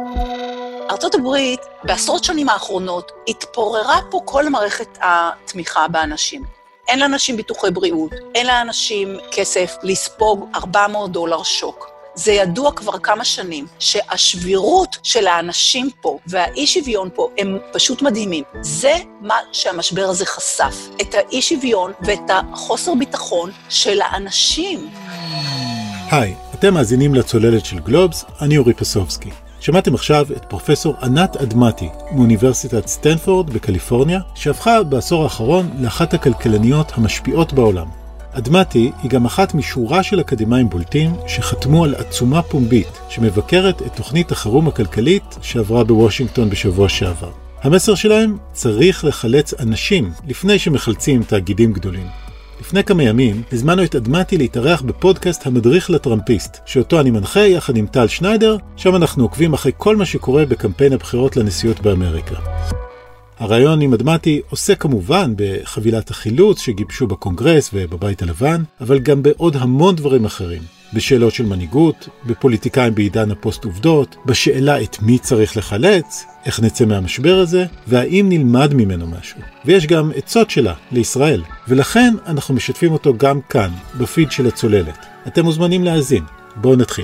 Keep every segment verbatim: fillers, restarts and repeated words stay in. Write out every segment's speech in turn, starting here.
ארצות הברית, בעשרות שנים האחרונות, התפוררה פה כל מערכת התמיכה באנשים. אין לאנשים ביטוחי בריאות, אין לאנשים כסף לספוג ארבע מאות דולר שוק. זה ידוע כבר כמה שנים, שהשבירות של האנשים פה והאי שוויון פה הם פשוט מדהימים. זה מה שהמשבר הזה חשף, את האי שוויון ואת החוסר ביטחון של האנשים. היי, אתם מאזינים לצוללת של גלובס, אני אורי פסובסקי. שמעתם עכשיו את פרופסור ענת אדמתי מאוניברסיטת סטנפורד בקליפורניה, שהפכה בעשור האחרון לאחת הכלכלניות המשפיעות בעולם. אדמתי היא גם אחת משורה של אקדמיים בולטים שחתמו על עצומה פומבית שמבקרת את תוכנית החירום הכלכלית שעברה בוושינגטון בשבוע שעבר. המסר שלהם: צריך לחלץ אנשים לפני שמחלצים תאגידים גדולים. לפני כמה ימים הזמנו את אדמתי להתארח בפודקאסט המדריך לטראמפיסט, שאותו אני מנחה יחד עם טל שניידר, שם אנחנו עוקבים אחרי כל מה שקורה בקמפיין הבחירות לנשיאות באמריקה. הרעיון עם אדמתי עושה כמובן בחבילת החילוץ שגיבשו בקונגרס ובבית הלבן, אבל גם בעוד המון דברים אחרים. בשאלות של מנהיגות, בפוליטיקאים בעידן הפוסט עובדות, בשאלה את מי צריך לחלץ, איך נצא מהמשבר הזה, והאם נלמד ממנו משהו. ויש גם עצות שלה לישראל, ולכן אנחנו משתפים אותו גם כאן, בפיד של הצוללת. אתם מוזמנים להאזין. בואו נתחיל.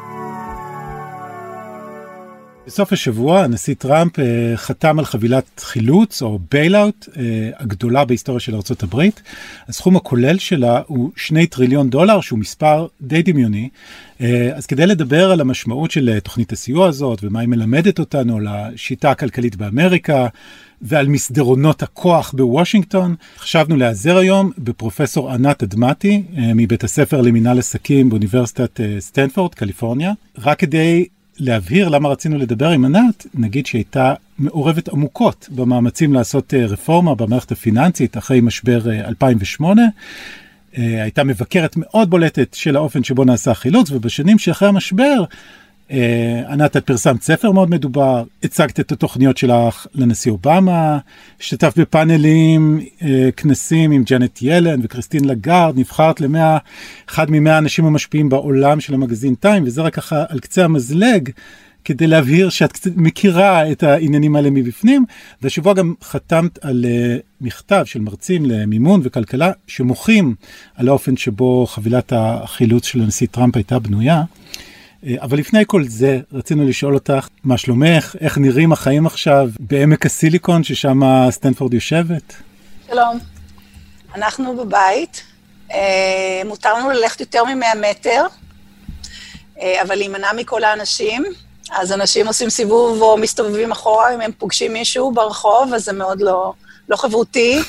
בסוף השבוע הנשיא טראמפ חתם על חבילת חילוץ או בייל-אוט הגדולה בהיסטוריה של ארצות הברית. הסכום הכולל שלה הוא שני טריליון דולר, שהוא מספר די דמיוני. אז כדי לדבר על המשמעות של תוכנית הסיוע הזאת ומה היא מלמדת אותנו על השיטה הכלכלית באמריקה ועל מסדרונות הכוח בוושינגטון, חשבנו להיעזר היום בפרופסור ענת אדמתי מבית הספר למינהל עסקים באוניברסיטת סטנפורד, קליפורניה. רק כדי להבהיר למה רצינו לדבר עם ענת, נגיד שהייתה מעורבת עמוקות במאמצים לעשות רפורמה במערכת הפיננסית אחרי משבר אלפיים ושמונה, הייתה מבקרת מאוד בולטת של האופן שבו נעשה החילוץ, ובשנים שאחרי המשבר, ענת, את פרסמת ספר מאוד מדובר, הצגת את התוכניות שלך לנשיא אובמה, השתתפת בפאנלים, כנסים עם ג'נט ילן וקריסטין לגארד, נבחרת למאה, אחד ממאה האנשים המשפיעים בעולם של המגזין טיים, וזה רק ככה על קצה המזלג, כדי להבהיר שאת קצת מכירה את העניינים האלה מבפנים, והשבוע גם חתמת על מכתב של מרצים למימון וכלכלה, שמוחים על האופן שבו חבילת החילוץ של הנשיא טראמפ הייתה בנויה. אבל לפני כל זה, רצינו לשאול אותך, מה שלומך? איך נראים החיים עכשיו בעמק הסיליקון, ששם סטנפורד יושבת? שלום. אנחנו בבית. מותר לנו ללכת יותר ממאה מטר, אבל להימנע מכל האנשים. אז אנשים עושים סיבוב או מסתובבים אחורה, אם הם פוגשים מישהו ברחוב, אז זה מאוד לא, לא חברותי.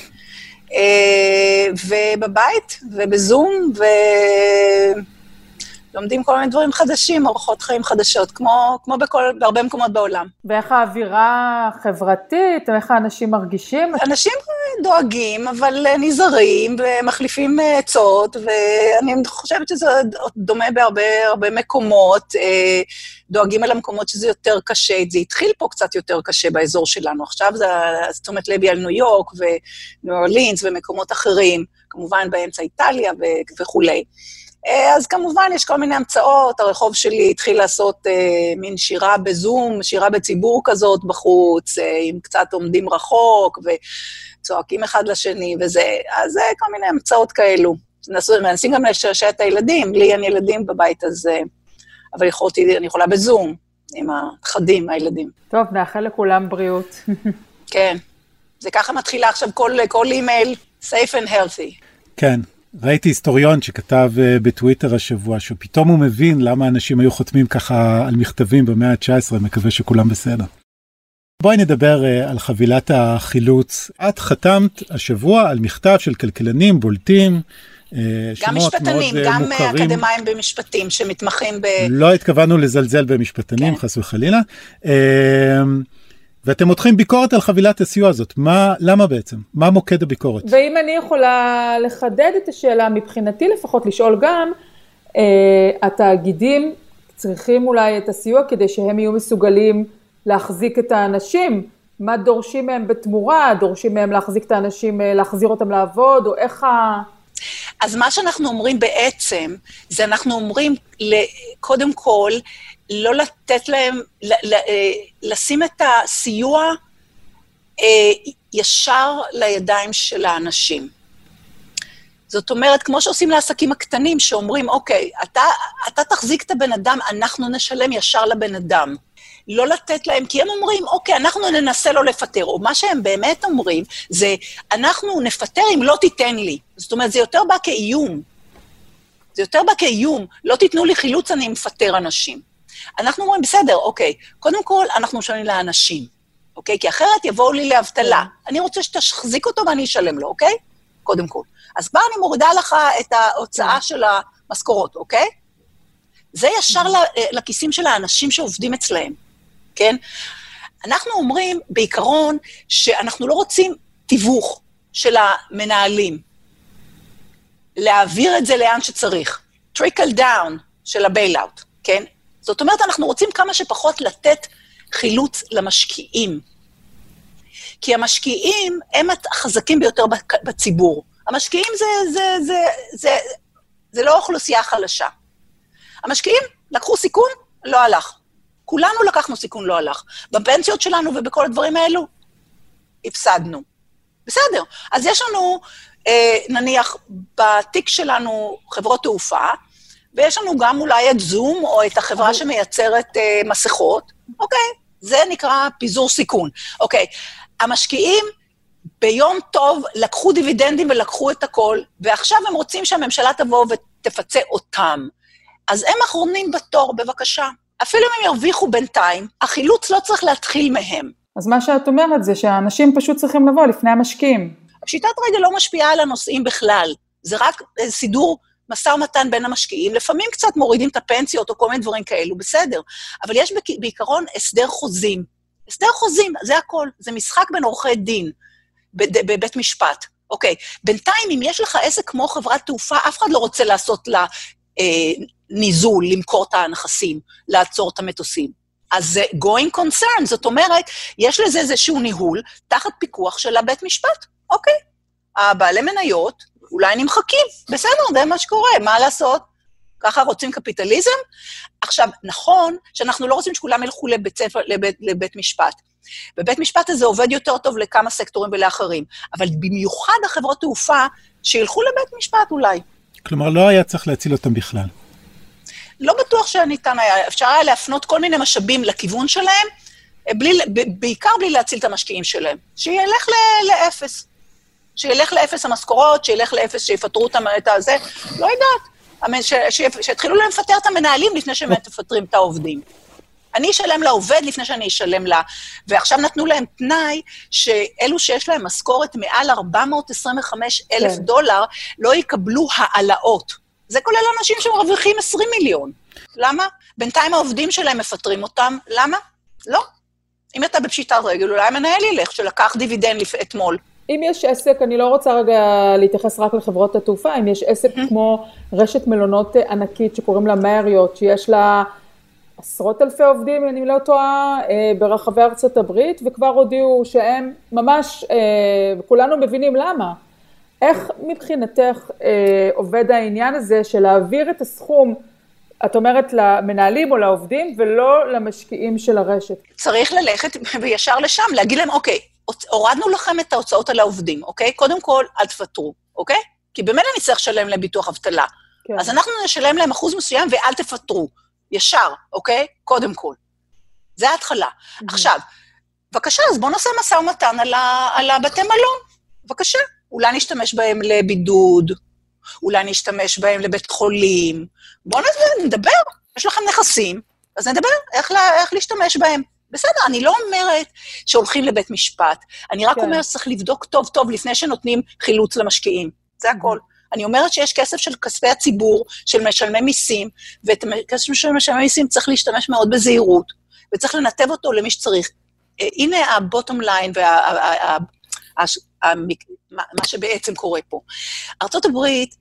ובבית, ובזום, ו... לומדים כל מיני דברים חדשים, אורחות חיים חדשות, כמו, כמו בכל, בהרבה מקומות בעולם. ואיך האווירה חברתית, ואיך האנשים מרגישים? אנשים דואגים, אבל נזהרים, ומחליפים עצות, ואני חושבת שזה דומה בהרבה הרבה מקומות, דואגים על המקומות שזה יותר קשה, זה התחיל פה קצת יותר קשה באזור שלנו, עכשיו זה, זאת אומרת, לבי על ניו יורק, וניו אורלינס, ומקומות אחרים, כמובן באמצע איטליה וכולי. אז כמובן יש כל מיני המצאות, הרחוב שלי התחיל לעשות אה, מין שירה בזום, שירה בציבור כזאת בחוץ, אה, עם קצת עומדים רחוק וצועקים אחד לשני וזה, אז אה, כל מיני המצאות כאלו. מנסים גם לשרשע את הילדים, לי אין ילדים בבית הזה, אבל יכולתי, אני יכולה בזום עם החדים, הילדים. טוב, נאחל לכולם בריאות. כן, זה ככה מתחילה עכשיו כל, כל אימייל, safe and healthy. כן. ראיתי היסטוריון שכתב בטוויטר השבוע, שפתאום הוא מבין למה אנשים היו חותמים ככה על מכתבים במאה ה-תשע עשרה, מקווה שכולם בסדר. בואי נדבר על חבילת החילוץ. את חתמת השבוע על מכתב של כלכלנים בולטים, גם משפטנים, גם אקדמיים במשפטים שמתמחים ב... לא התכוונו לזלזל במשפטנים, כן. חס וחלילה. ואתם מותחים ביקורת על חבילת הסיוע הזאת. מה, למה בעצם? מה מוקד הביקורת? ואם אני יכולה לחדד את השאלה, מבחינתי לפחות לשאול גם, אה, התאגידים צריכים אולי את הסיוע כדי שהם יהיו מסוגלים להחזיק את האנשים. מה דורשים מהם בתמורה? דורשים מהם להחזיק את האנשים, להחזיר אותם לעבוד, או איך ה... אז מה שאנחנו אומרים בעצם, זה אנחנו אומרים, קודם כל, לא לתת להם, לשים את הסיוע ישר לידיים של האנשים. זאת אומרת, כמו שעושים לעסקים הקטנים, שאומרים, אוקיי, אתה, אתה תחזיק את הבן אדם, אנחנו נשלם ישר לבן אדם. לא לתת להם, כי הם אומרים, אוקיי, אנחנו ננסה לא לפטר, או מה שהם באמת אומרים, זה, אנחנו נפטר אם לא תיתן לי. זאת אומרת, זה יותר בא כאיום. זה יותר בא כאיום, לא תיתנו לי חילוץ, אני מפטר אנשים. אנחנו אומרים, בסדר, אוקיי, קודם כל, אנחנו משלמים לאנשים, אוקיי? כי אחרת יבואו לי לאבטלה. אני רוצה שתחזיק אותו ואני אשלם לו, אוקיי? קודם כל. אז כבר אני מורידה לך את ההוצאה של המשכורות, אוקיי? זה ישר לכיסים של האנשים שעובדים אצלהם, כן? אנחנו אומרים בעיקרון שאנחנו לא רוצים תיווך של המנהלים, להעביר את זה לאן שצריך, trickle down של ה-bailout, כן? זאת אומרת, אנחנו רוצים כמה שפחות לתת חילוץ למשקיעים, כי המשקיעים הם החזקים ביותר בציבור. המשקיעים זה, זה, זה, זה, זה לא אוכלוסייה חלשה. המשקיעים לקחו סיכון, לא הלך. כולנו לקחנו סיכון, לא הלך. בפנסיות שלנו ובכל הדברים האלו, הפסדנו. בסדר. אז יש לנו, אה, נניח, בתיק שלנו חברות תעופה, ויש לנו גם אולי את זום, או את החברה שמייצרת אה, מסכות. אוקיי, זה נקרא פיזור סיכון. אוקיי, המשקיעים ביום טוב לקחו דיבידנדים ולקחו את הכל, ועכשיו הם רוצים שהממשלה תבוא ותפצה אותם. אז הם אחרונים בתור, בבקשה. אפילו אם הם ירוויחו בינתיים, החילוץ לא צריך להתחיל מהם. אז מה שאת אומרת זה שהאנשים פשוט צריכים לבוא לפני המשקיעים. הפשיטת רגל לא משפיעה על הנושאים בכלל. זה רק סידור משא ומתן בין המשקיעים. לפעמים קצת מורידים את הפנסיות או כל מיני דברים כאלו, בסדר. אבל יש בעיקרון הסדר חוזים. הסדר חוזים, זה הכל. זה משחק בין עורכי דין. בבית משפט. אוקיי, בינתיים אם יש לך עסק כמו חברת תעופה, אף אחד לא רוצה לעשות לה אה, ניזול, למכור את הנכסים, לעצור את המטוסים. אז זה going concern, זאת אומרת, יש לזה איזשהו ניהול, תחת פיקוח של הבית משפט. אוקיי, הבעלי מניות אולי נמחקים, בסדר, זה מה שקורה, מה לעשות? ככה רוצים קפיטליזם? עכשיו, נכון שאנחנו לא רוצים שכולם ילכו לבית, ספר, לבית, לבית משפט, בבית משפט הזה עובד יותר טוב לכמה סקטורים ולאחרים, אבל במיוחד החברות תעופה שילכו לבית משפט אולי. כלומר, לא היה צריך להציל אותם בכלל. לא בטוח שניתן היה, אפשר היה להפנות כל מיני משאבים לכיוון שלהם, בלי, בעיקר בלי להציל את המשקיעים שלהם. שילך לאפס. שילך לאפס המשכורות, שילך לאפס שיפטרו אותם את הזה, לא יודעת. שהתחילו להם לפטר את המנהלים לפני שהם תפטרים את העובדים. אני אשלם לעובד לפני שאני אשלם לה, ועכשיו נתנו להם תנאי שאלו שיש להם משכורת מעל ארבע מאות עשרים וחמישה אלף כן. דולר, לא יקבלו העלאות. זה כולל אנשים שמרוויחים עשרים מיליון. למה? בינתיים העובדים שלהם מפטרים אותם. למה? לא. אם אתה בפשיטת רגל, אולי המנהל ילך שלקח דיבידנד אתמול. אם יש עסק, אני לא רוצה רגע להתייחס רק לחברות התעופה, אם יש עסק mm-hmm. כמו רשת מלונות ענקית שקוראים לה מריוט, שיש לה עשרות אלפי עובדים, אני לא טועה, ברחבי ארצות הברית, וכבר הודיעו שהם ממש, וכולנו מבינים למה. איך מבחינתך עובד העניין הזה של להעביר את הסכום, את אומרת למנהלים או לעובדים, ולא למשקיעים של הרשת? צריך ללכת וישר לשם, להגיד להם, אוקיי, הורדנו לכם את ההוצאות על העובדים, אוקיי? קודם כל, אל תפטרו, אוקיי? כי באמת אני צריך לשלם להם ביטוח אבטלה. כן. אז אנחנו נשלם להם אחוז מסוים ואל תפטרו. ישר, אוקיי? קודם כל. זה ההתחלה. Mm-hmm. עכשיו, בבקשה, אז בואו נעשה משא ומתן על, ה, על הבתי מלון. בבקשה. אולי נשתמש בהם לבידוד, אולי נשתמש בהם לבית חולים. בואו נדבר, יש לכם נכסים, אז נדבר איך, לה, איך להשתמש בהם. בסדר, אני לא אומרת שהולכים לבית משפט, אני רק כן. אומרת שצריך לבדוק טוב טוב לפני שנותנים חילוץ למשקיעים. זה הכל. Mm-hmm. אני אומרת שיש כסף של כספי הציבור, של משלמי מיסים, ואת הכסף של משלמי מיסים צריך להשתמש מאוד בזהירות, וצריך לנתב אותו למי שצריך. הנה הבוטום ליין, מה שבעצם קורה פה. ארצות הברית,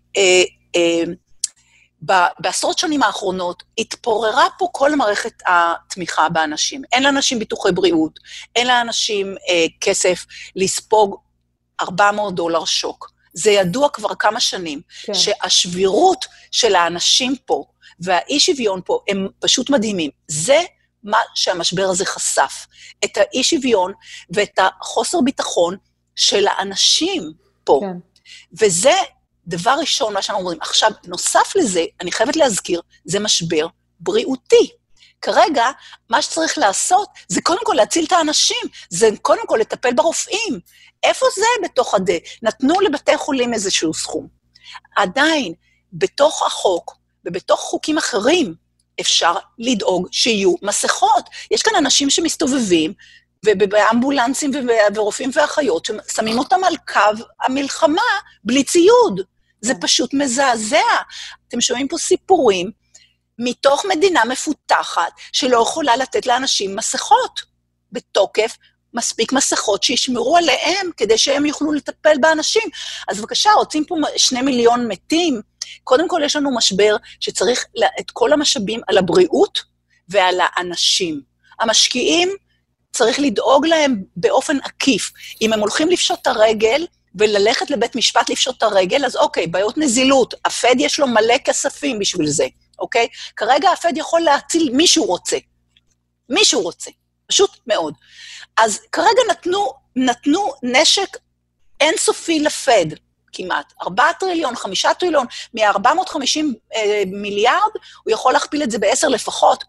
בעשרות שנים האחרונות, התפוררה פה כל מערכת התמיכה באנשים. אין לאנשים ביטוחי בריאות, אין לאנשים כסף לספוג ארבע מאות דולר שוק. זה ידוע כבר כמה שנים, כן. שהשבירות של האנשים פה, והאי שוויון פה, הם פשוט מדהימים. זה מה שהמשבר הזה חשף, את האי שוויון ואת החוסר ביטחון של האנשים פה. כן. וזה דבר ראשון, מה שאנחנו אומרים. עכשיו, נוסף לזה, אני חייבת להזכיר, זה משבר בריאותי. כרגע, מה שצריך לעשות, זה קודם כל להציל את האנשים, זה קודם כל לטפל ברופאים. איפה זה בתוך הדה? נתנו לבתי חולים איזשהו סכום. עדיין, בתוך החוק, ובתוך חוקים אחרים, אפשר לדאוג שיהיו מסכות. יש כאן אנשים שמסתובבים, ובאמבולנסים ורופאים ואחיות, ששמים אותם על קו המלחמה, בלי ציוד. זה פשוט מזעזע. אתם שומעים פה סיפורים, מתוך מדינה מפותחת, שלא יכולה לתת לאנשים מסכות, בתוקף מספיק מסכות שישמרו עליהם, כדי שהם יוכלו לטפל באנשים. אז בבקשה, רוצים פה שני מיליון מתים, קודם כל יש לנו משבר שצריך את כל המשאבים על הבריאות ועל האנשים. המשקיעים צריך לדאוג להם באופן עקיף. אם הם הולכים לפשוט את הרגל וללכת לבית משפט לפשוט את הרגל, אז אוקיי, בעיות נזילות, הפד יש לו מלא כספים בשביל זה, אוקיי? כרגע הפד יכול להציל מי שהוא רוצה. מי שהוא רוצה, פשוט מאוד. אז כרגע נתנו, נתנו נשק אינסופי לפד, כמעט, ארבעה טריליון, חמישה טריליון, מ-ארבע מאות וחמישים אה, מיליארד, הוא יכול להכפיל את זה בעשר לפחות.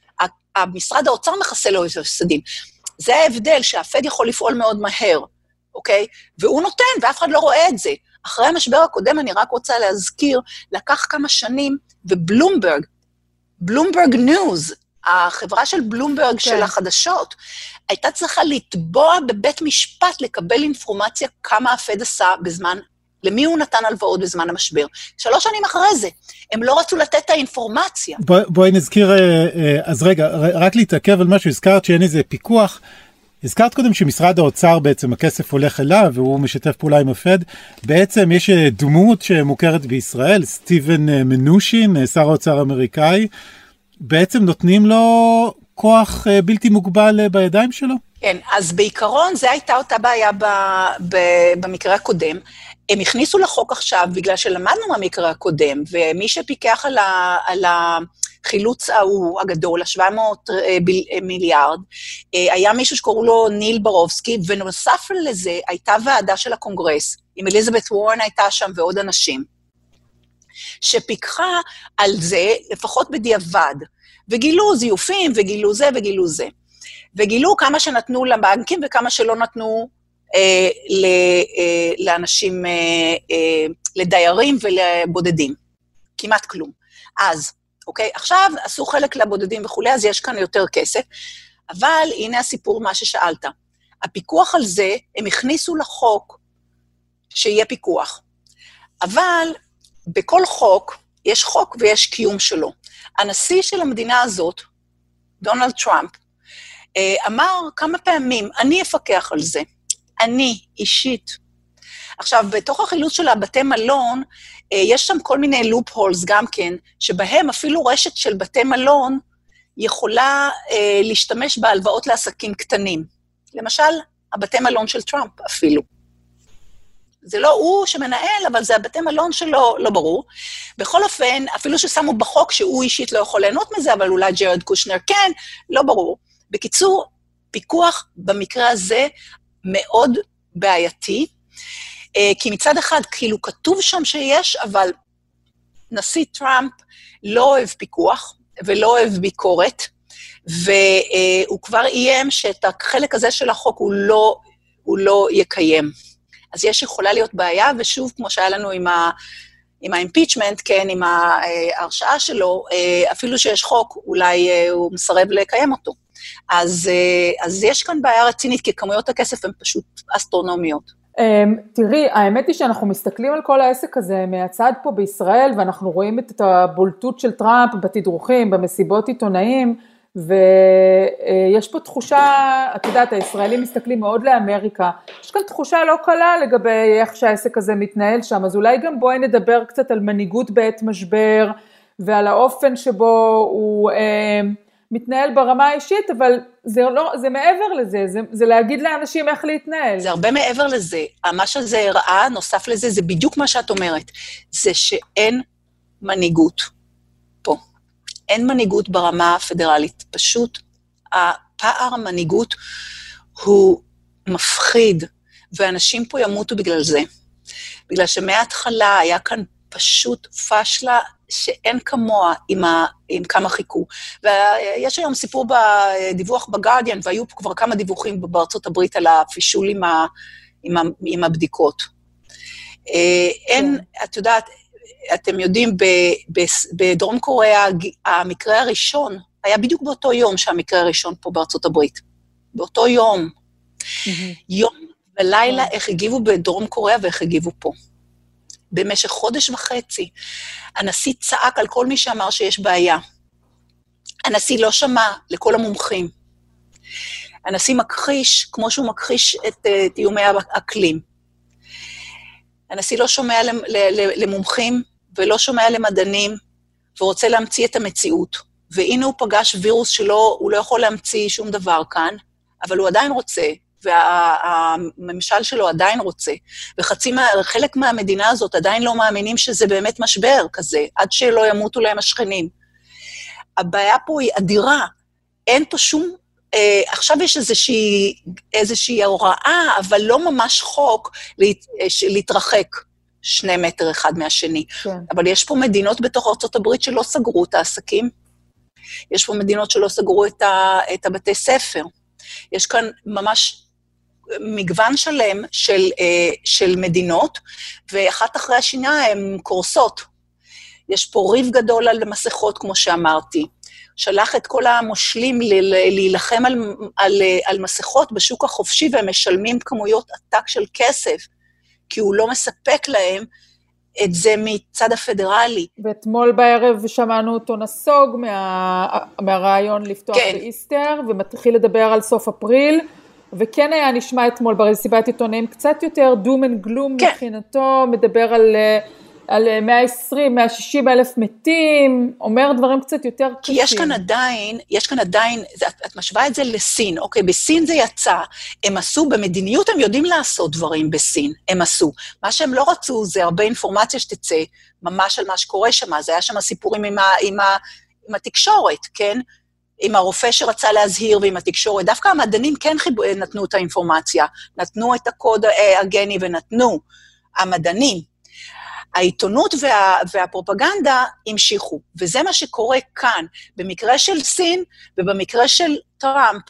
המשרד האוצר מכסה לו איזה סדים. זה ההבדל שהפד יכול לפעול מאוד מהר, אוקיי? והוא נותן, ואף אחד לא רואה את זה. אחרי המשבר הקודם, אני רק רוצה להזכיר, לקח כמה שנים, ובלומברג, בלומברג ניוז, החברה של בלומברג okay. של החדשות, הייתה צריכה לתבוע בבית משפט, לקבל אינפורמציה כמה הפד עשה בזמן, למי הוא נתן הלוואות בזמן המשבר. שלוש שנים אחרי זה, הם לא רצו לתת את האינפורמציה. בוא, בואי נזכיר, אז רגע, רק להתעכב על משהו, הזכרת שאין איזה פיקוח, הזכרת קודם שמשרד האוצר בעצם הכסף הולך אליו, והוא משתף פעולה עם הפד, בעצם יש דמות שמוכרת בישראל, סטיבן מנושין, שר האוצר האמריקאי, בעצם נותנים לו כוח בלתי מוגבל בידיים שלו? כן, אז בעיקרון זה הייתה אותה בעיה ב, ב, במקרה הקודם. הם הכניסו לחוק עכשיו, בגלל שלמדנו מהמקרה הקודם, ומי שפיקח על, ה, על החילוץ ההוא הגדול, ה-שבע מאות מיליארד, היה מישהו שקוראו לו ניל ברובסקי, ונוסף לזה הייתה ועדה של הקונגרס, עם אליזבת וורן הייתה שם ועוד אנשים, שפיקחה על זה לפחות בדיעבד, וגילו זיופים, וגילו זה וגילו זה. וגילו כמה שנתנו לבנקים וכמה שלא נתנו אה, ל, אה, לאנשים, אה, אה, לדיירים ולבודדים. כמעט כלום. אז, אוקיי, עכשיו עשו חלק לבודדים וכולי, אז יש כאן יותר כסף, אבל הנה הסיפור מה ששאלת. הפיקוח על זה, הם הכניסו לחוק שיהיה פיקוח. אבל בכל חוק, יש חוק ויש קיום שלו. הנשיא של המדינה הזאת, דונלד טראמפ, אמר כמה פעמים, אני אפקח על זה, אני אישית. עכשיו, בתוך החילוץ של הבתי מלון, יש שם כל מיני לופ הולס גם כן, שבהם אפילו רשת של בתי מלון יכולה להשתמש בהלוואות לעסקים קטנים. למשל, הבתי מלון של טראמפ אפילו. זה לא הוא שמנהל, אבל זה הבתי מלון שלו, לא ברור. בכל אופן, אפילו ששמו בחוק שהוא אישית לא יכול ליהנות מזה, אבל אולי ג'רד קושנר כן, לא ברור. בקיצור, פיקוח במקרה הזה מאוד בעייתי, כי מצד אחד כאילו כתוב שם שיש, אבל נשיא טראמפ לא אוהב פיקוח ולא אוהב ביקורת, והוא כבר איים שאת החלק הזה של החוק הוא לא, הוא לא יקיים. אז יש יכולה להיות בעיה, ושוב, כמו שהיה לנו עם ה... עם האימפיצ'מנט, כן, עם ההרשעה שלו, אפילו שיש חוק, אולי הוא מסרב לקיים אותו. אז, אז יש כאן בעיה רצינית, כי כמויות הכסף הן פשוט אסטרונומיות. תראי, האמת היא שאנחנו מסתכלים על כל העסק הזה מהצד פה בישראל, ואנחנו רואים את הבולטות של טראמפ בתדרוכים, במסיבות עיתונאים, ויש פה תחושה, את יודעת, הישראלים מסתכלים מאוד לאמריקה, יש כאן תחושה לא קלה לגבי איך שהעסק הזה מתנהל שם, אז אולי גם בואי נדבר קצת על מנהיגות בעת משבר, ועל האופן שבו הוא אה, מתנהל ברמה האישית, אבל זה, לא, זה מעבר לזה, זה, זה להגיד לאנשים איך להתנהל. זה הרבה מעבר לזה. מה שזה הראה, נוסף לזה, זה בדיוק מה שאת אומרת. זה שאין מנהיגות פה. אין מנהיגות ברמה הפדרלית. פשוט הפער המנהיגות הוא מפחיד, ואנשים פה ימותו בגלל זה. בגלל שמההתחלה היה כאן פשוט פשלה שאין כמוה עם, ה, עם כמה חיכו. ויש היום סיפור בדיווח בגרדיאן, והיו פה כבר כמה דיווחים בארצות הברית על הפישול עם, ה, עם, ה, עם הבדיקות. אין, את יודעת, אתם יודעים, ב, ב, בדרום קוריאה, המקרה הראשון, היה בדיוק באותו יום שהמקרה הראשון פה בארצות הברית. באותו יום. יום ולילה, איך הגיבו בדרום קוריאה ואיך הגיבו פה. במשך חודש וחצי, הנשיא צעק על כל מי שאמר שיש בעיה. הנשיא לא שמע לכל המומחים. הנשיא מכחיש, כמו שהוא מכחיש את uh, איומי האקלים. הנשיא לא שומע למומחים ולא שומע למדענים, ורוצה להמציא את המציאות. והנה הוא פגש וירוס שלו, הוא לא יכול להמציא שום דבר כאן, אבל הוא עדיין רוצה, והממשל שלו עדיין רוצה, וחצי מה, חלק מהמדינה הזאת עדיין לא מאמינים שזה באמת משבר כזה, עד שלא ימותו להם השכנים. הבעיה פה היא אדירה, אין פה שום, אה, עכשיו יש איזושהי, איזושהי הוראה, אבל לא ממש חוק להת, להתרחק שני מטר אחד מהשני. כן. אבל יש פה מדינות בתוך ארצות הברית שלא סגרו את העסקים, יש פה מדינות שלא סגרו את, ה, את הבתי ספר, יש כאן ממש מגוון שלם של, של מדינות, ואחת אחרי השנייה הן קורסות. יש פה ריב גדול על מסכות, כמו שאמרתי. שלח את כל המושלים להילחם על, על, על מסכות בשוק החופשי, והם משלמים כמויות עתק של כסף, כי הוא לא מספק להם את זה מצד הפדרלי. ואתמול בערב שמענו אותו נסוג מה, מהרעיון לפתוח כן. באיסטר, ומתחיל לדבר על סוף אפריל, וכן היה נשמע אתמול ברסיבת עיתונאים קצת יותר דום אנד גלום כן. מבחינתו, מדבר על, על מאה ועשרים, מאה ושישים אלף מתים, אומר דברים קצת יותר קשים. כי יש כאן עדיין, יש כאן עדיין, את, את משווה את זה לסין, אוקיי, בסין זה יצא, הם עשו, במדיניות הם יודעים לעשות דברים בסין, הם עשו. מה שהם לא רצו זה הרבה אינפורמציה שתצא, ממש על מה שקורה שם, זה היה שם סיפורים עם, ה, עם, ה, עם התקשורת, כן? עם הרופא שרצה להזהיר ועם התקשורת, דווקא המדענים כן חיב... נתנו את האינפורמציה, נתנו את הקוד הגני ונתנו המדענים. העיתונות וה... והפרופגנדה המשיכו, וזה מה שקורה כאן, במקרה של סין ובמקרה של טראמפ,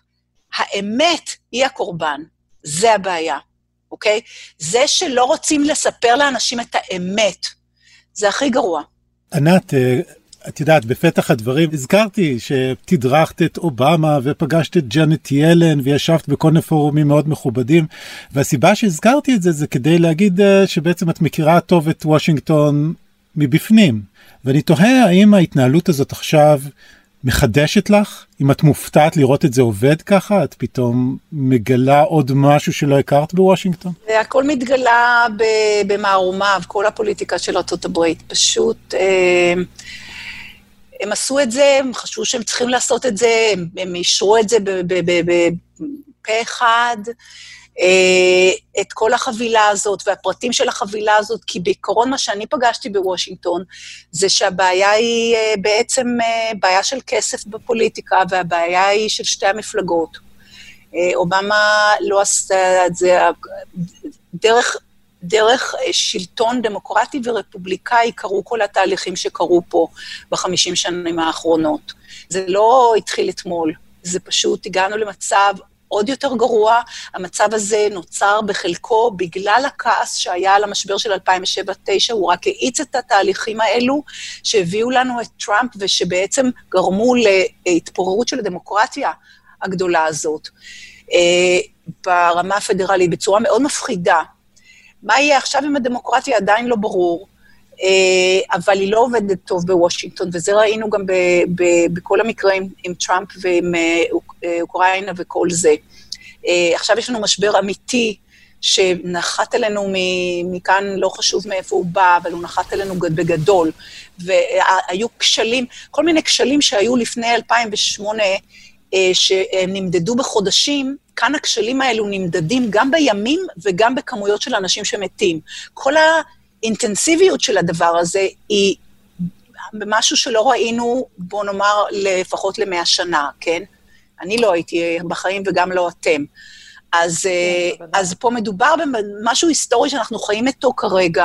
האמת היא הקורבן, זה הבעיה, אוקיי? זה שלא רוצים לספר לאנשים את האמת, זה הכי גרוע. ענת, את יודעת, בפתח הדברים, הזכרתי שתדרכת את אובמה ופגשת את ג'נט ילן וישבת בכל מיני פורומים מאוד מכובדים, והסיבה שהזכרתי את זה זה כדי להגיד שבעצם את מכירה טוב את וושינגטון מבפנים, ואני תוהה האם ההתנהלות הזאת עכשיו מחדשת לך, אם את מופתעת לראות את זה עובד ככה, את פתאום מגלה עוד משהו שלא הכרת בוושינגטון? הכל מתגלה במערומיו, כל הפוליטיקה של ארצות הברית, פשוט... הם עשו את זה, הם חשבו שהם צריכים לעשות את זה, הם, הם אישרו את זה בפה אחד, את כל החבילה הזאת והפרטים של החבילה הזאת, כי בעיקרון מה שאני פגשתי בוושינגטון, זה שהבעיה היא בעצם בעיה של כסף בפוליטיקה, והבעיה היא של שתי המפלגות. אובמה לא עשה את זה דרך... דרך שלטון דמוקרטי ורפובליקאי קרו כל התהליכים שקרו פה בחמישים שנים האחרונות. זה לא התחיל אתמול, זה פשוט הגענו למצב עוד יותר גרוע, המצב הזה נוצר בחלקו בגלל הכעס שהיה על המשבר של אלפיים שבע תשע, הוא רק האיץ את התהליכים האלו שהביאו לנו את טראמפ ושבעצם גרמו להתפוררות של הדמוקרטיה הגדולה הזאת. ברמה הפדרלית, בצורה מאוד מפחידה, מה יהיה עכשיו עם הדמוקרטיה עדיין לא ברור, אבל היא לא עובדת טוב בוושינגטון, וזה ראינו גם ב- ב- בכל המקרים עם טראמפ ועם אוקראינה וכל זה. עכשיו יש לנו משבר אמיתי שנחת אלינו מכאן, לא חשוב מאיפה הוא בא, אבל הוא נחת אלינו בגדול, והיו כשלים, כל מיני כשלים שהיו לפני אלפיים ושמונה, שהם נמדדו בחודשים, כאן הכשלים האלו נמדדים גם בימים וגם בכמויות של אנשים שמתים. כל האינטנסיביות של הדבר הזה היא במשהו שלא ראינו, בוא נאמר, לפחות למאה שנה, כן? אני לא הייתי בחיים וגם לא אתם. אז, אז פה מדובר במשהו היסטורי שאנחנו חיים איתו כרגע.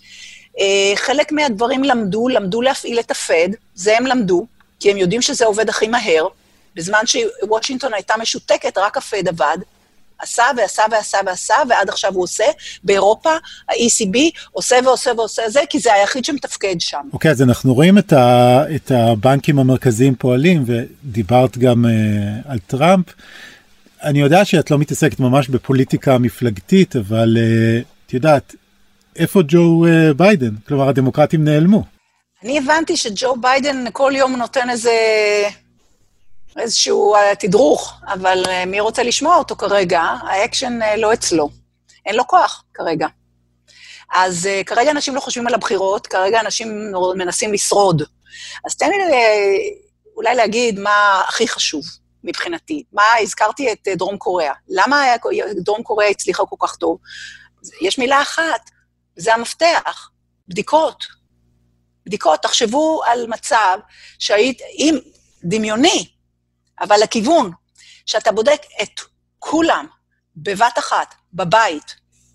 חלק מהדברים למדו, למדו להפעיל את הפד, זה הם למדו, כי הם יודעים שזה עובד הכי מהר. בזמן שוושינגטון הייתה משותקת, רק הפד עבד, עשה ועשה ועשה ועשה, ועד עכשיו הוא עושה. באירופה, ה-E C B עושה ועושה ועושה זה, כי זה היחיד שמתפקד שם. אוקיי, okay, אז אנחנו רואים את, ה, את הבנקים המרכזיים פועלים, ודיברת גם uh, על טראמפ. אני יודע שאת לא מתעסקת ממש בפוליטיקה מפלגתית, אבל uh, את יודעת, איפה ג'ו uh, ביידן? כלומר, הדמוקרטים נעלמו. אני הבנתי שג'ו ביידן כל יום נותן איזה... איזשהו תדרוך, אבל מי רוצה לשמוע אותו כרגע? האקשן לא אצלו. אין לו כוח כרגע. אז כרגע אנשים לא חושבים על הבחירות, כרגע אנשים מנסים לשרוד. אז תן לי אולי להגיד מה הכי חשוב מבחינתי. מה, הזכרתי את דרום קוריאה. למה דרום קוריאה הצליחה כל כך טוב? יש מילה אחת, זה המפתח, בדיקות. בדיקות, תחשבו על מצב שהיית, אם דמיוני, אבל לכיוון שאתה בודק את כולם בבת אחת, בבית,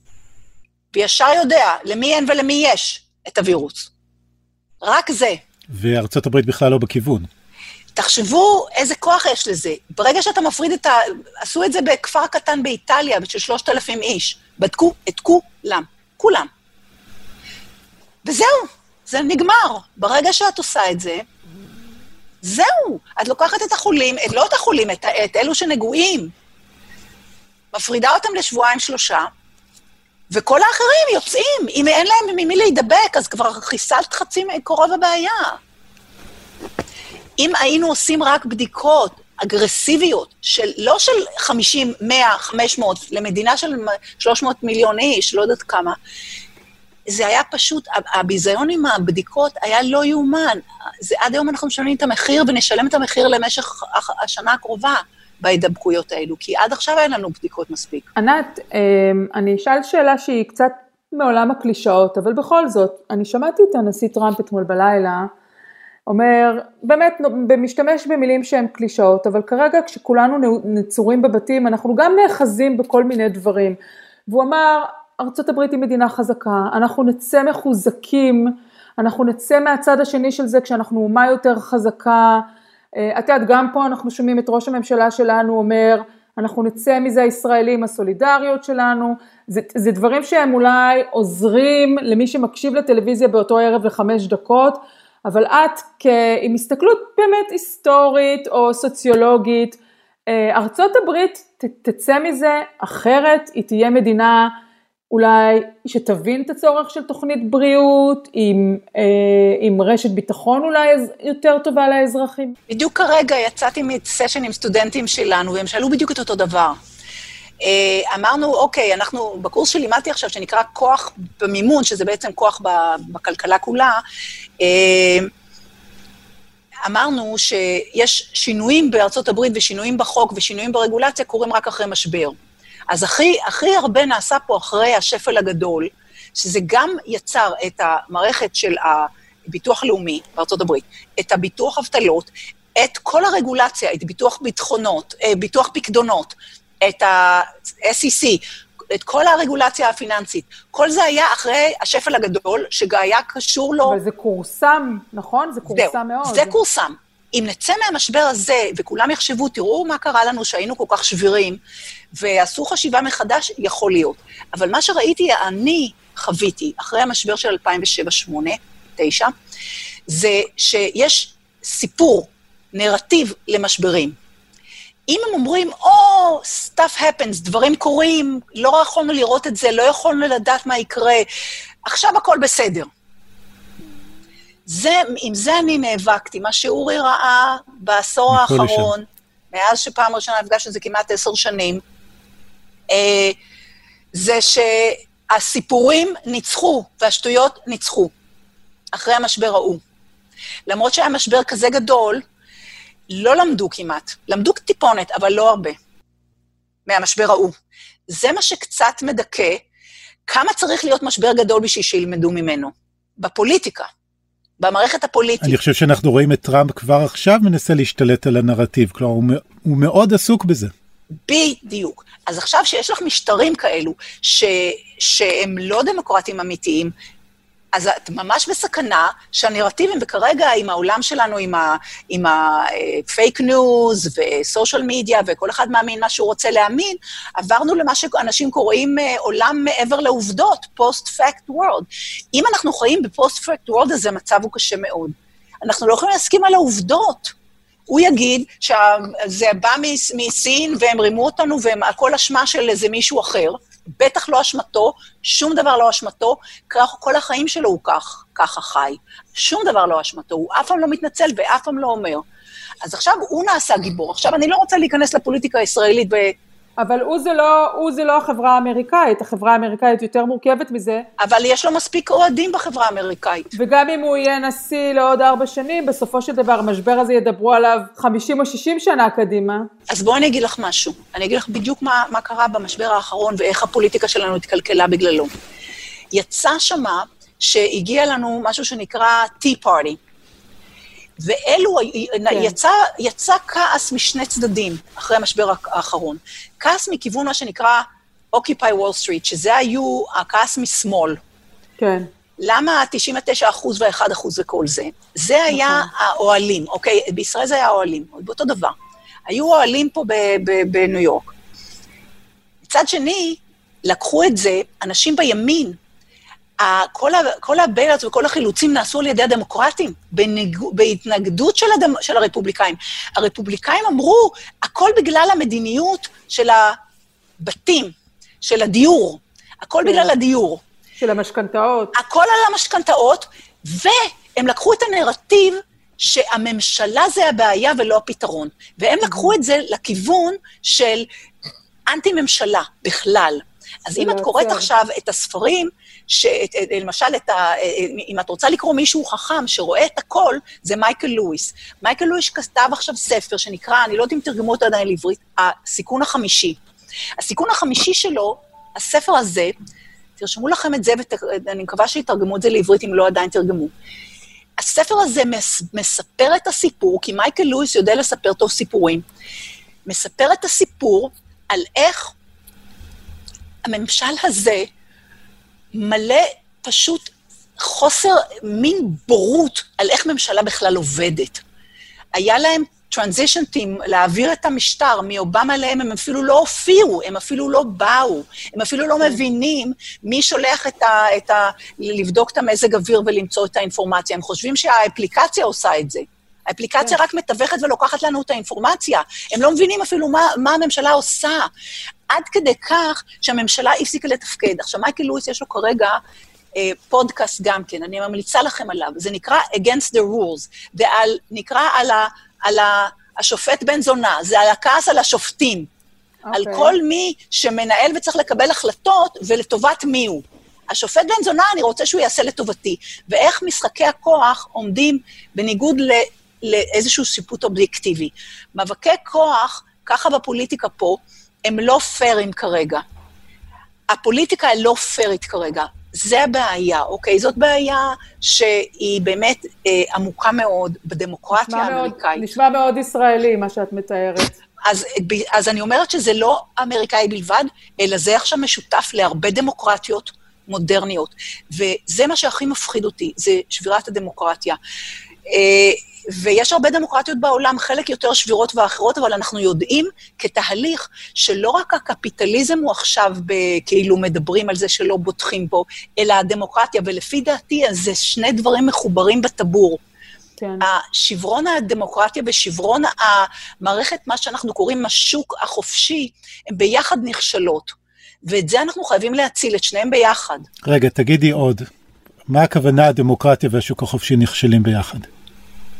וישר יודע למי אין ולמי יש את הווירוס. רק זה. וארצות הברית בכלל לא בכיוון. תחשבו איזה כוח יש לזה. ברגע שאתה מפריד את ה... עשו את זה בכפר קטן באיטליה, של שלושת אלפים איש. בדקו את כולם. כולם. וזהו, זה נגמר. ברגע שאת עושה את זה, זהו, את לוקחת את החולים, את, לא את החולים, את, את אלו שנגועים, מפרידה אותם לשבועיים שלושה, וכל האחרים יוצאים. אם אין להם ממי להידבק, אז כבר חיסלת חצי קרוב הבעיה. אם היינו עושים רק בדיקות אגרסיביות, של, לא של חמישים, מאה, חמש מאות, למדינה של שלוש מאות מיליון איש, לא יודעת כמה, זה היה פשוט, הביזיון עם הבדיקות היה לא יאומן. זה, עד היום אנחנו משלמים את המחיר, ונשלם את המחיר למשך השנה הקרובה בהידבקויות האלו, כי עד עכשיו אין לנו בדיקות מספיק. ענת, אני אשאל שאלה שהיא קצת מעולם הקלישאות, אבל בכל זאת, אני שמעתי את הנשיא טראמפ אתמול בלילה, אומר, באמת, משתמש במילים שהן קלישאות, אבל כרגע כשכולנו נצורים בבתים, אנחנו גם נאחזים בכל מיני דברים. והוא אמר, ארצות הברית היא מדינה חזקה, אנחנו נצא מחוזקים, אנחנו נצא מהצד השני של זה כשאנחנו אומה יותר חזקה. את יודעת, גם פה אנחנו שומעים את ראש הממשלה שלנו אומר, אנחנו נצא מזה הישראלים, הסולידריות שלנו. זה, זה דברים שהם אולי עוזרים למי שמקשיב לטלוויזיה באותו ערב לחמש דקות, אבל את עם הסתכלות באמת היסטורית או סוציולוגית, ארצות הברית תצא מזה אחרת, היא תהיה מדינה אולי שתבין את הצורך של תוכנית בריאות, עם, עם רשת ביטחון אולי יותר טובה לאזרחים. בדיוק כרגע יצאתי מסשן עם סטודנטים שלנו, והם שאלו בדיוק את אותו דבר. אמרנו, אוקיי, אנחנו בקורס שלימדתי עכשיו, שנקרא כוח במימון, שזה בעצם כוח בכלכלה כולה, אמרנו שיש שינויים בארצות הברית ושינויים בחוק ושינויים ברגולציה קורים רק אחרי משבר. אז הכי, הכי הרבה נעשה פה אחרי השפל הגדול, שזה גם יצר את המערכת של הביטוח לאומי בארצות הברית, את הביטוח אבטלות, את כל הרגולציה, את ביטוח ביטחונות, ביטוח פקדונות, את ה-S E C, את כל הרגולציה הפיננסית. כל זה היה אחרי השפל הגדול, שהיה קשור לו... אבל זה קורסם, נכון? זה קורסם מאוד. זה קורסם. אם נצא מהמשבר הזה, וכולם יחשבו, תראו מה קרה לנו שהיינו כל כך שבירים, ועשו חשיבה מחדש, יכול להיות. אבל מה שראיתי, אני חוויתי, אחרי המשבר של אלפיים ושבע שמונה, תשע, זה שיש סיפור, נרטיב למשברים. אם הם אומרים, או, oh, stuff happens, דברים קורים, לא יכולנו לראות את זה, לא יכולנו לדעת מה יקרה, עכשיו הכל בסדר. זה, עם זה אני נאבקתי, מה שאורי ראה בעשור האחרון, מאז שפעם ראשונה נפגש את זה כמעט עשר שנים, אה, זה שהסיפורים ניצחו, והשטויות ניצחו, אחרי המשבר ההוא. למרות שהיה משבר כזה גדול, לא למדו כמעט, למדו טיפונת, אבל לא הרבה, מהמשבר ההוא. זה מה שקצת מדכא, כמה צריך להיות משבר גדול בשביל שילמדו ממנו, בפוליטיקה, במערכת הפוליטית. אני חושב שאנחנו רואים את טראמפ כבר עכשיו מנסה להשתלט על הנרטיב, כלומר הוא, הוא מאוד עסוק בזה. בדיוק. אז עכשיו שיש לך משטרים כאלו, ש, שהם לא דמוקרטים אמיתיים, אז את ממש בסכנה שהנרטיבים, וכרגע עם העולם שלנו, עם הפייק ניוז וסושיאל מדיה, וכל אחד מאמין מה שהוא רוצה להאמין, עברנו למה שאנשים קוראים עולם מעבר לעובדות, post-fact world. אם אנחנו חיים בפוסט-fact world, אז המצב הוא קשה מאוד. אנחנו לא יכולים להסכים על העובדות. הוא יגיד שזה בא מסין, והם רימו אותנו, והכל אשמה של איזה מישהו אחר, בטח לא אשמתו, שום דבר לא אשמתו, כל החיים שלו הוא כך, ככה חי. שום דבר לא אשמתו, הוא אף פעם לא מתנצל ואף פעם לא אומר. אז עכשיו הוא נעשה גיבור. עכשיו אני לא רוצה להיכנס לפוליטיקה הישראלית ב... אבל הוא זה לא, הוא זה לא החברה האמריקאית, החברה האמריקאית יותר מורכבת מזה. אבל יש לו מספיק אוהדים בחברה האמריקאית. וגם אם הוא יהיה נשיא לעוד ארבע שנים, בסופו של דבר המשבר הזה ידברו עליו חמישים או שישים שנה קדימה. אז בואי אני אגיד לך משהו. אני אגיד לך בדיוק מה, מה קרה במשבר האחרון ואיך הפוליטיקה שלנו התקלקלה בגללו. יצא שמה שהגיע לנו משהו שנקרא Tea Party. ואלו, כן. יצא, יצא כעס משני צדדים אחרי המשבר האחרון. כעס מכיוון מה שנקרא Occupy Wall Street, שזה היו הכעס משמאל. כן. למה תשעים ותשעה אחוז ו-אחד אחוז וכל זה? זה היה האוהלים, אוקיי? בישראל זה היה האוהלים, באותו דבר. היו אוהלים פה בניו יורק. מצד שני, לקחו את זה, אנשים בימין, כל, ה, כל הביילאוס וכל החילוצים נעשו על ידי הדמוקרטים, בנג, בהתנגדות של, הדמ, של הרפובליקאים. הרפובליקאים אמרו, הכל בגלל המדיניות של הבתים, של הדיור, הכל כן. בגלל הדיור. של המשכנתאות. הכל על המשכנתאות, והם לקחו את הנרטיב שהממשלה זה הבעיה ולא הפתרון. והם לקחו את זה לכיוון של אנטי-ממשלה בכלל. אז אם את קוראת עכשיו את הספרים, למשל, אם את רוצה לקרוא מישהו חכם שרואה את הכל, זה מייקל לואיס. מייקל לואיס כתב עכשיו ספר שנקרא, אני לא יודעת אם תרגמו אותו עדיין לעברית, הסיכון החמישי. הסיכון החמישי שלו, הספר הזה, תרשמו לכם את זה, ואני מקווה שיתרגמו את זה לעברית אם לא עדיין תרגמו. הספר הזה מספר את הסיפור, כי מייקל לואיס יודע לספר טוב סיפורים, מספר את הסיפור על איך הממשל הזה מלא פשוט חוסר מין בורות על איך ממשלה בכלל עובדת. היה להם טרנזישן טים להעביר את המשטר מאובמה להם, הם אפילו לא הופיעו, הם אפילו לא באו, הם אפילו לא מבינים מי שולח את ה, את ה, לבדוק את המזג אוויר ולמצוא את האינפורמציה. הם חושבים שהאפליקציה עושה את זה. האפליקציה רק מתווכת ולוקחת לנו את האינפורמציה. הם לא מבינים אפילו מה, מה הממשלה עושה. עד כדי כך שהממשלה הפסיקה לתפקד. עכשיו, מייקל לואיס יש לו כרגע אה, פודקאסט גם כן, אני ממליצה לכם עליו. זה נקרא Against the Rules. זה על, נקרא על, ה, על ה, השופט בן זונה. זה על הכעס על השופטים. Okay. על כל מי שמנהל וצריך לקבל החלטות ולטובת מי הוא. השופט בן זונה, אני רוצה שהוא יעשה לטובתי. ואיך משחקי הכוח עומדים בניגוד ל... לאיזשהו שיפוט אובייקטיבי. מאבקי כוח, ככה בפוליטיקה פה, הם לא פיירים כרגע. הפוליטיקה היא לא פיירית כרגע. זה הבעיה, אוקיי? זאת בעיה שהיא באמת אה, עמוקה מאוד בדמוקרטיה האמריקאית. נשמע מאוד ישראלי, מה שאת מתארת. אז, אז אני אומרת שזה לא אמריקאי בלבד, אלא זה עכשיו משותף להרבה דמוקרטיות מודרניות. וזה מה שהכי מפחיד אותי, זה שבירת הדמוקרטיה. אה, ויש הרבה דמוקרטיות בעולם, חלק יותר שבירות ואחרות, אבל אנחנו יודעים כתהליך שלא רק הקפיטליזם הוא עכשיו כאילו מדברים על זה שלא בוטחים בו, אלא הדמוקרטיה, ולפי דעתי אז זה שני דברים מחוברים בטבור. כן. השברון הדמוקרטיה ושברון המערכת, מה שאנחנו קוראים השוק החופשי, הם ביחד נכשלות. ואת זה אנחנו חייבים להציל, את שניהם ביחד. רגע, תגידי עוד, מה הכוונה הדמוקרטיה והשוק החופשי נכשלים ביחד?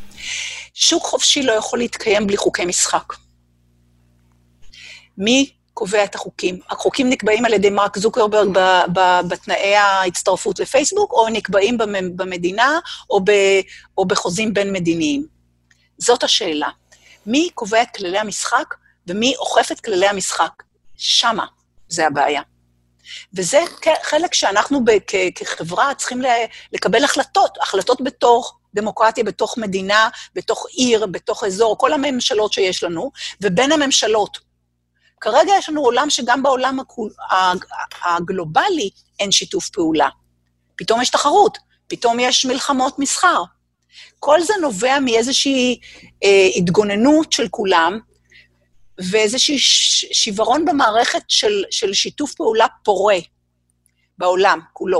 שוק חופשי לא יכול להתקיים בלי חוקי משחק. מי קובע את החוקים. החוקים נקבעים על ידי מרק זוקרברג בתנאי ההצטרפות לפייסבוק, או נקבעים במדינה, או, ב, או בחוזים בין מדיניים. זאת השאלה. מי קובע את כללי המשחק, ומי אוכף את כללי המשחק? שמה, זה הבעיה. וזה חלק שאנחנו כחברה צריכים לקבל החלטות, החלטות בתוך דמוקרטיה, בתוך מדינה, בתוך עיר, בתוך אזור, כל הממשלות שיש לנו, ובין הממשלות. כרגע יש לנו עולם שגם בעולם הגלובלי אין שיתוף פעולה. פתאום יש תחרות, פתאום יש מלחמות מסחר. כל זה נובע מאיזושהי אה, התגוננות של כולם, ואיזושהי שברון במערכת של, של שיתוף פעולה פורה בעולם כולו.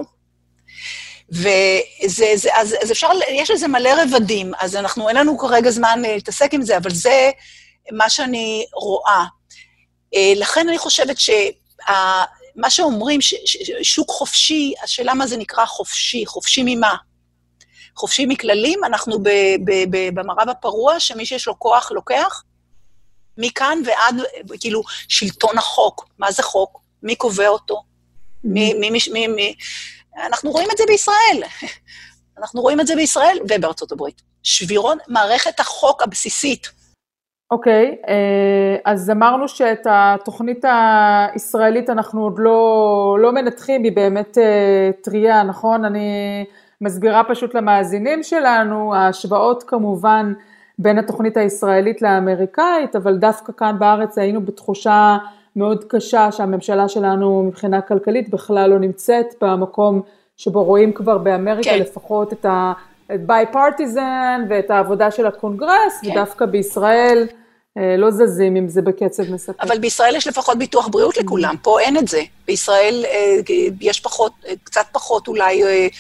וזה, זה, אז, אז אפשר, יש לזה מלא רבדים, אז אנחנו, אין לנו כרגע זמן להתעסק עם זה, אבל זה מה שאני רואה. לכן אני חושבת שמה שאומרים, ש, ש, שוק חופשי, השאלה מה זה נקרא חופשי, חופשי ממה? חופשי מכללים, אנחנו ב, ב, ב, במערב הפרוע, שמי שיש לו כוח לוקח, מכאן ועד, כאילו, שלטון החוק. מה זה חוק? מי קובע אותו? מי, מי, מי, מי, מי? אנחנו רואים את זה בישראל. אנחנו רואים את זה בישראל ובארצות הברית. שבירון מערכת החוק הבסיסית. אוקיי, אז אמרנו שאת התוכנית הישראלית אנחנו עוד לא, לא מנתחים, היא באמת טריה, נכון? אני מסבירה פשוט למאזינים שלנו, ההשוואות כמובן בין התוכנית הישראלית לאמריקאית, אבל דווקא כאן בארץ היינו בתחושה מאוד קשה שהממשלה שלנו מבחינה כלכלית בכלל לא נמצאת במקום שבו רואים כבר באמריקה כן. לפחות את ה-bipartisan ואת העבודה של הקונגרס, כן. ודווקא בישראל לא זזים אם זה בקצב מספק. אבל בישראל יש לפחות ביטוח בריאות לכולם, פה אין את זה. בישראל יש פחות, קצת פחות אולי,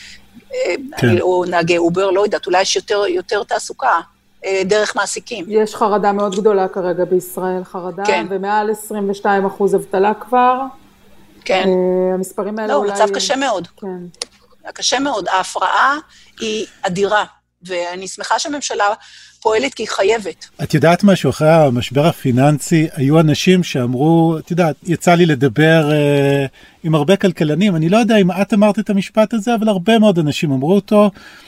כן. או נהגי אובר, לא יודעת, אולי יש יותר, יותר תעסוקה. דרך מעסיקים. יש חרדה מאוד גדולה כרגע בישראל, חרדה, כן. ומעל עשרים ושתיים אחוז אבטלה כבר. כן. המספרים האלה לא, אולי... לא, מצב קשה מאוד. כן. קשה מאוד. ההפרעה היא אדירה, ואני שמחה שהממשלה פועלת כי היא חייבת. את יודעת משהו, אחרי המשבר הפיננסי, היו אנשים שאמרו, את יודעת, יצא לי לדבר אה, עם הרבה כלכלנים, אני לא יודע אם את אמרת את המשפט הזה, אבל הרבה מאוד אנשים אמרו אותו,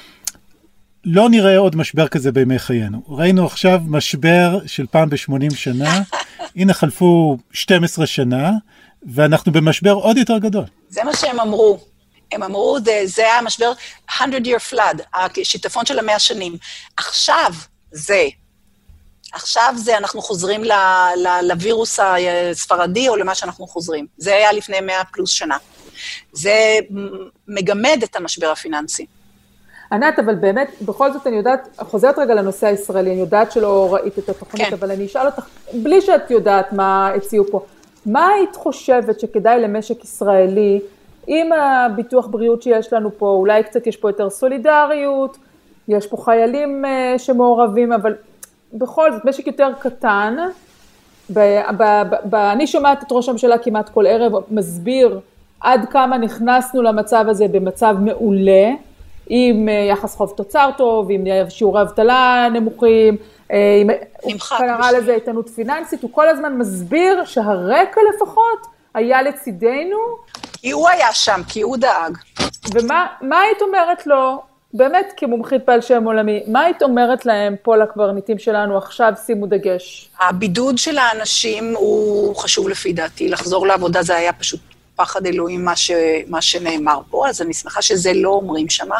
לא נראה עוד משבר כזה בימי חיינו. ראינו עכשיו משבר של פעם ב-שמונים שנה, הנה חלפו שתים עשרה שנה, ואנחנו במשבר עוד יותר גדול. זה מה שהם אמרו. הם אמרו, זה, זה היה המשבר hundred year flood, השיטפון של המאה שנים. עכשיו זה, עכשיו זה אנחנו חוזרים ל, ל, לווירוס הספרדי, או למה שאנחנו חוזרים. זה היה לפני מאה פלוס שנה. זה מגמד את המשבר הפיננסי. ענת, אבל באמת, בכל זאת אני יודעת, חוזרת רגע לנושא הישראלי, אני יודעת שלא ראית את התוכנית, כן. אבל אני אשאל אותך, בלי שאת יודעת מה הציעו פה, מה היית חושבת שכדאי למשק ישראלי, עם הביטוח בריאות שיש לנו פה, אולי קצת יש פה יותר סולידריות, יש פה חיילים uh, שמעורבים, אבל בכל זאת, משק יותר קטן, ב, ב, ב, ב, אני שומעת את ראש הממשלה כמעט כל ערב, מסביר עד כמה נכנסנו למצב הזה במצב מעולה, עם יחס חוב תוצר טוב, עם שיעורי אבטלה נמוכים, עם קרא לזה איתנות פיננסית, הוא כל הזמן מסביר שהרקע לפחות היה לצידנו. כי הוא היה שם, כי הוא דאג. ומה מה היית אומרת לו, באמת כמומחית בעל שם עולמי, מה היית אומרת להם פה לקברניטים שלנו, עכשיו שימו דגש? הבידוד של האנשים הוא חשוב לפי דעתי, לחזור לעבודה זה היה פשוט פחד אלוהים מה, ש, מה שנאמר פה, אז אני שמחה שזה לא אומרים שמה.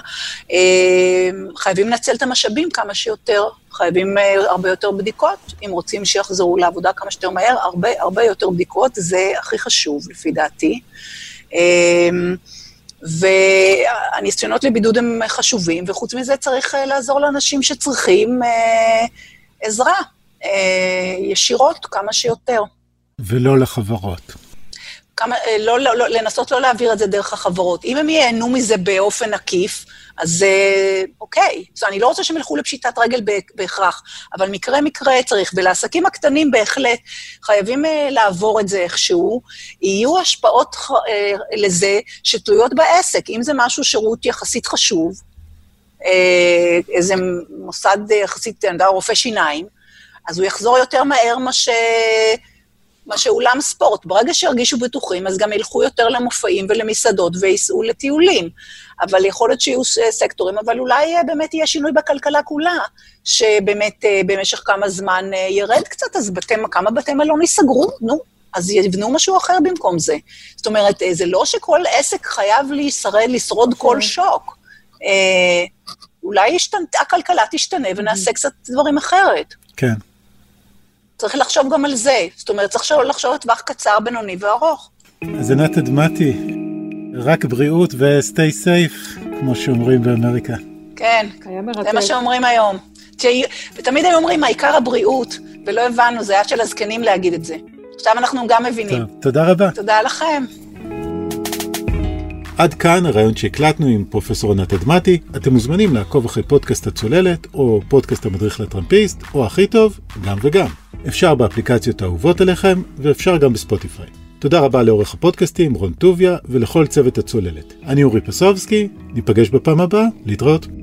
חייבים לנצל את המשאבים כמה שיותר, חייבים הרבה יותר בדיקות, אם רוצים שיחזרו לעבודה כמה שיותר מהר, הרבה, הרבה יותר בדיקות, זה הכי חשוב לפי דעתי. והניסיונות לבידוד הם חשובים, וחוץ מזה צריך לעזור לאנשים שצריכים עזרה, ישירות כמה שיותר. ולא לחברות. כמה, לא, לא, לא, לנסות לא להעביר את זה דרך החברות. אם הם ייהנו מזה באופן עקיף, אז אוקיי. אז אני לא רוצה שהם ילכו לפשיטת רגל בהכרח, אבל מקרה מקרה צריך, ולעסקים הקטנים בהחלט חייבים לעבור את זה איכשהו, יהיו השפעות לזה שתלויות בעסק. אם זה משהו שירות יחסית חשוב, איזה מוסד יחסית, רופא שיניים, אז הוא יחזור יותר מהר מה ש... מה שאולם ספורט. ברגע שהרגישו בטוחים, אז גם ילכו יותר למופעים ולמסעדות וייסעו לטיולים. אבל יכול להיות שיהיו סקטורים, אבל אולי באמת יהיה שינוי בכלכלה כולה, שבאמת במשך כמה זמן ירד קצת, אז בתי, כמה בתי מלון ייסגרו, נו, אז יבנו משהו אחר במקום זה. זאת אומרת, זה לא שכל עסק חייב להישרד, לשרוד כל שוק. אולי ישתנ- הכלכלה תשתנה ונעשה קצת דברים אחרת. כן. צריך לחשוב גם על זה. זאת אומרת, צריך לחשוב על טווח קצר, בינוני וארוך. אז ענת אדמתי, רק בריאות ו-stay safe, כמו שאומרים באמריקה. כן, זה מה שאומרים היום. ותמיד הם אומרים, העיקר הבריאות, ולא הבנו, זה היה של הזקנים להגיד את זה. עכשיו אנחנו גם מבינים. טוב, תודה רבה. תודה לכם. עד כאן הרעיון שהקלטנו עם פרופסור ענת אדמתי. אתם מוזמנים לעקוב אחרי פודקאסט הצוללת, או פודקאסט המדריך לטרמפיסט, או הכי טוב, גם וגם. אפשר באפליקציות האהובות עליכם, ואפשר גם בספוטיפיי. תודה רבה לעורך הפודקאסטים, רון טוביה, ולכל צוות הצוללת. אני אורי פסובסקי, ניפגש בפעם הבאה, להתראות.